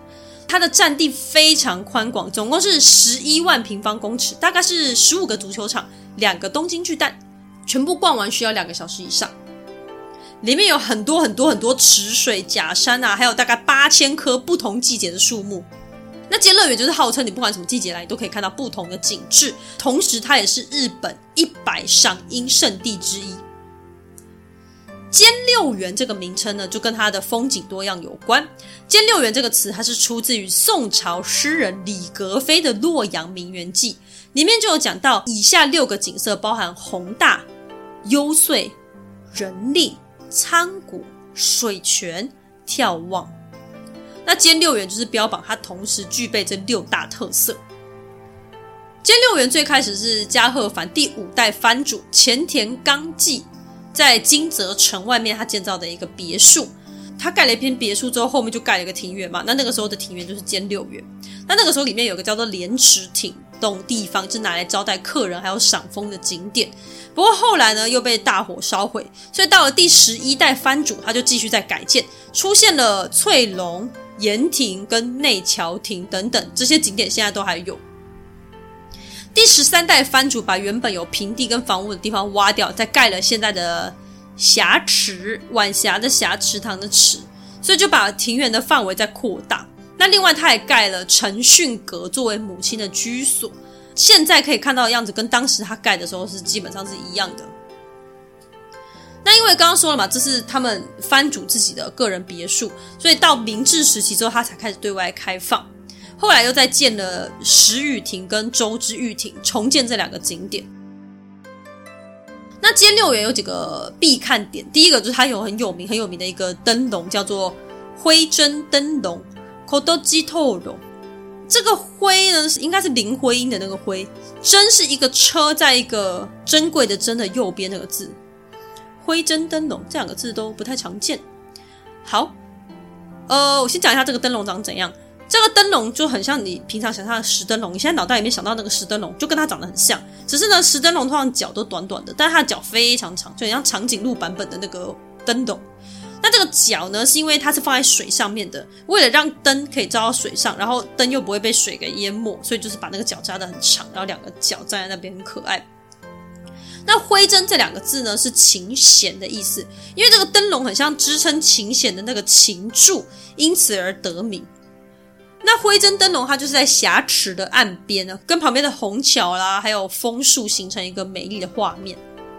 它的占地非常宽广，总共是11万平方公尺，大概是15个足球场，2个东京巨蛋，全部逛完需要2个小时以上。里面有很多很多很多池水、假山啊，还有大概8000棵不同季节的树木。那间乐园就是号称你不管什么季节来，你都可以看到不同的景致，同时它也是日本100赏樱圣地之一。间六园这个名称呢，就跟它的风景多样有关。间六园这个词，它是出自于宋朝诗人李格非的《洛阳名园记》，里面就有讲到以下6个景色，包含宏大、幽邃、人力、苍古、水泉、眺望。那间六园就是标榜它同时具备这6大特色。间六园最开始是加贺藩第5代藩主前田刚纪在金泽城外面他建造的一个别墅，他盖了一片别墅之后，后面就盖了一个庭园嘛。那个时候的庭园就是间六园。那个时候里面有个叫做莲池亭这种地方，是拿来招待客人还有赏枫的景点。不过后来呢，又被大火烧毁，所以到了第11代藩主，他就继续再改建，出现了翠龙、岩亭跟内桥亭等等，这些景点现在都还有。第13代藩主把原本有平地跟房屋的地方挖掉，再盖了现在的霞池，晚霞的霞，池塘的池，所以就把庭园的范围再扩大。那另外他还盖了陈训阁作为母亲的居所，现在可以看到的样子跟当时他盖的时候是基本上是一样的。那因为刚刚说了嘛，这是他们藩主自己的个人别墅，所以到明治时期之后他才开始对外开放。后来又再建了石雨亭跟周之玉亭，重建这2个景点。那间六园有几个必看点，第一个就是它有很有名的一个灯笼，叫做徽真灯笼 Kodoji Toro。 这个徽呢应该是林徽因的那个徽，真是一个车在一个珍贵的珍的右边那个字，徽真灯笼这2个字都不太常见。好，我先讲一下这个灯笼长怎样。这个灯笼就很像你平常想象的石灯笼，你现在脑袋里面想到那个石灯笼就跟它长得很像，只是呢石灯笼通常脚都短短的，但是它的脚非常长，就很像长颈鹿版本的那个灯笼。那这个脚呢是因为它是放在水上面的，为了让灯可以照到水上，然后灯又不会被水给淹没，所以就是把那个脚扎得很长，然后2个脚站在那边很可爱。那徽真这2个字呢是琴弦的意思，因为这个灯笼很像支撑琴弦的那个琴柱，因此而得名。那徽真灯笼它就是在峡池的岸边呢，跟旁边的虹桥啦还有枫树形成一个美丽的画面。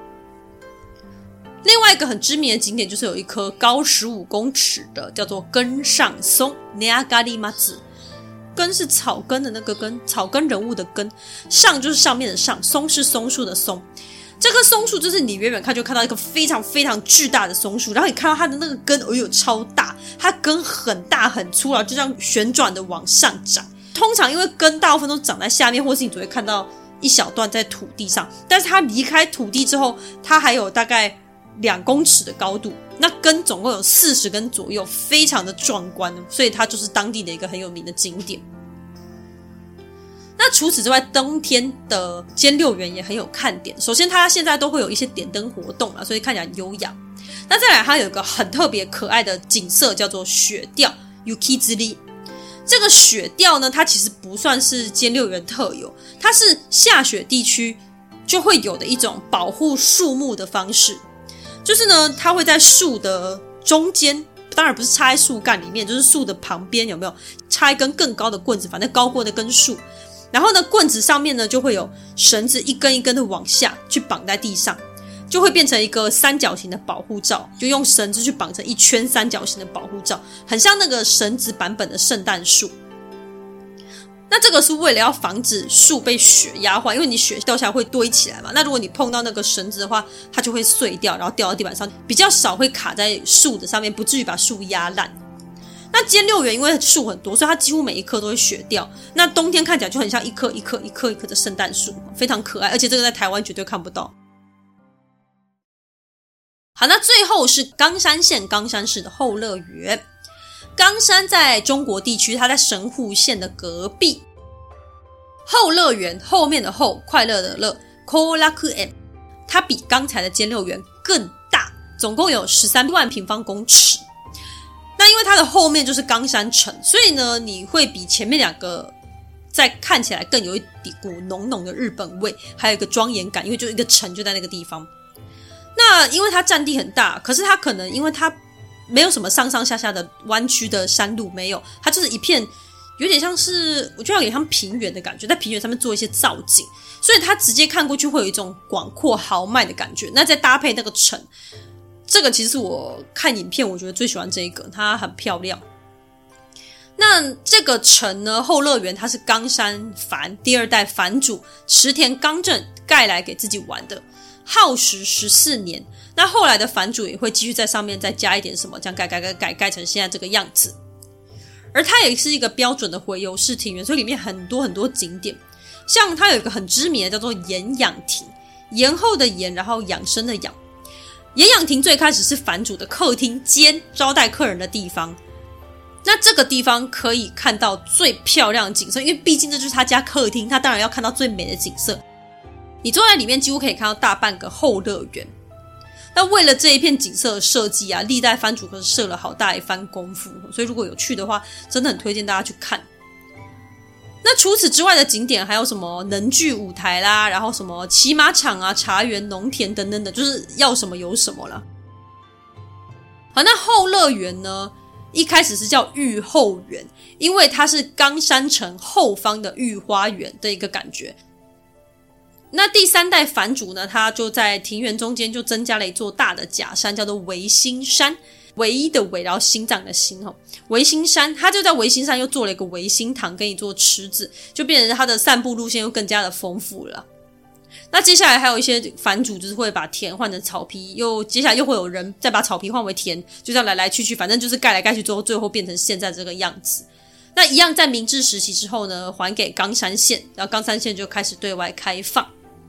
另外一个很知名的景点就是有一棵高15公尺的叫做根上松 Neagarimatsu， 根是草根的那个根，草根人物的根，上就是上面的上，松是松树的松。这棵松树就是你远远看就看到一个非常非常巨大的松树，然后你看到它的那个根超大，它根很大很粗，然后就这样旋转的往上长。通常因为根大部分都长在下面，或是你只会看到一小段在土地上，但是它离开土地之后，它还有大概2公尺的高度，那根总共有40根左右，非常的壮观，所以它就是当地的一个很有名的景点。那除此之外，冬天的间六园也很有看点。首先它现在都会有一些点灯活动啦，所以看起来很优雅。那再来它有一个很特别可爱的景色，叫做雪吊 Yukizuri。 这个雪吊呢，它其实不算是间六园特有，它是下雪地区就会有的一种保护树木的方式。就是呢，它会在树的中间，当然不是插在树干里面，就是树的旁边，有没有插一根更高的棍子，反正高过那根树。然后呢，棍子上面呢就会有绳子一根一根的往下去绑在地上，就会变成一个三角形的保护罩，就用绳子去绑成一圈三角形的保护罩，很像那个绳子版本的圣诞树。那这个是为了要防止树被雪压坏，因为你雪掉下来会堆起来嘛，那如果你碰到那个绳子的话，它就会碎掉，然后掉到地板上，比较少会卡在树的上面，不至于把树压烂。那间六园因为树很多，所以它几乎每一棵都会雪掉，那冬天看起来就很像一棵一棵一棵一棵的圣诞树，非常可爱，而且这个在台湾绝对看不到。好，那最后是冈山县冈山市的后乐园。冈山在中国地区，它在神户县的隔壁。后乐园后面的后，快乐的乐 Korakuen， 它比刚才的间六园更大，总共有13万平方公尺。 那因为它的后面就是冈山城，所以呢你会比前面两个再看起来更有一股浓浓的日本味，还有一个庄严感，因为就一个城就在那个地方。那因为它占地很大，可是它可能因为它没有什么上上下下的弯曲的山路，没有，它就是一片有点像是，我觉得有点像平原的感觉，在平原上面做一些造景，所以它直接看过去会有一种广阔豪迈的感觉。那再搭配那个城，这个其实是我看影片我觉得最喜欢这一个，它很漂亮。那这个城呢，后乐园它是冈山藩第二代藩主池田刚正盖来给自己玩的，耗时14年。那后来的藩主也会继续在上面再加一点什么，这样盖成现在这个样子。而它也是一个标准的回游式庭园，所以里面很多很多景点，像它有一个很知名的叫做延养亭，延后的延，然后养生的养。延养亭最开始是藩主的客厅兼招待客人的地方，那这个地方可以看到最漂亮的景色，因为毕竟这就是他家客厅，他当然要看到最美的景色。你坐在里面几乎可以看到大半个后乐园。那为了这一片景色的设计啊，历代藩主可是设了好大一番功夫，所以如果有去的话，真的很推荐大家去看。那除此之外的景点还有什么能剧舞台啦，然后什么骑马场啊、茶园、农田等等的，就是要什么有什么啦。好，那后乐园呢，一开始是叫御后园，因为它是冈山城后方的御花园的一个感觉。那第三代藩主呢，他就在庭园中间就增加了一座大的假山，叫做维新山，唯一的唯，然后心脏的心，维新山，他就在维新山又做了一个维新堂跟一座池子，就变成他的散步路线又更加的丰富了。那接下来还有一些藩主就是会把田换成草皮，接下来又会有人再把草皮换为田，就这样来来去去，反正就是盖来盖去之后，最后变成现在这个样子。那一样在明治时期之后呢，还给冈山县，然后冈山县就开始对外开放。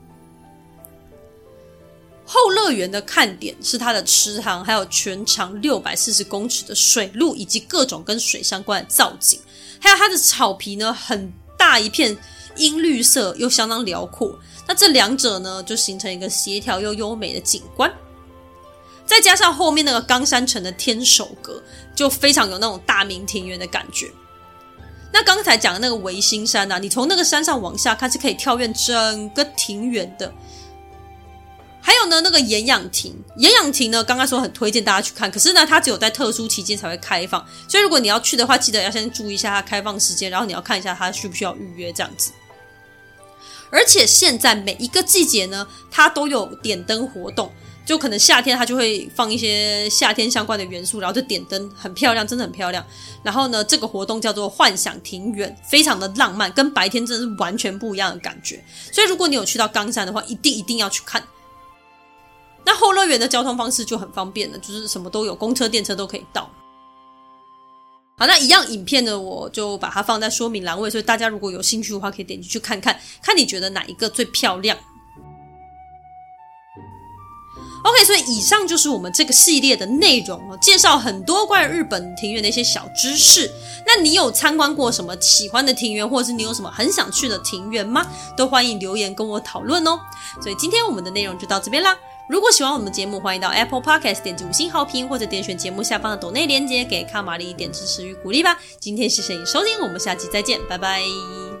后乐园的看点是它的池塘，还有全长640公尺的水路，以及各种跟水相关的造景，还有它的草皮呢，很大一片阴绿色又相当辽阔，那这两者呢就形成一个协调又优美的景观。再加上后面那个冈山城的天守阁，就非常有那种大明庭园的感觉。那刚才讲的那个维新山啊，你从那个山上往下看是可以跳跃整个庭园的。还有呢，那个延养亭呢，刚刚说很推荐大家去看，可是呢，它只有在特殊期间才会开放，所以如果你要去的话，记得要先注意一下它开放时间，然后你要看一下它需不需要预约这样子。而且现在每一个季节呢，它都有点灯活动，就可能夏天它就会放一些夏天相关的元素，然后就点灯，很漂亮，真的很漂亮。然后呢，这个活动叫做幻想庭园，非常的浪漫，跟白天真的是完全不一样的感觉。所以如果你有去到冈山的话，一定要去看。那后乐园的交通方式就很方便了，就是什么都有，公车电车都可以到。好，那一样影片呢，我就把它放在说明栏位，所以大家如果有兴趣的话，可以点进去看看，看你觉得哪一个最漂亮。OK， 所以以上就是我们这个系列的内容，介绍很多关于日本庭园的一些小知识。那你有参观过什么喜欢的庭园，或者是你有什么很想去的庭园吗？都欢迎留言跟我讨论哦。所以今天我们的内容就到这边啦。如果喜欢我们的节目，欢迎到 Apple Podcast 点击5星好评，或者点选节目下方的抖内连结，给卡玛丽一点支持与鼓励吧。今天谢谢你收听，我们下期再见，拜拜。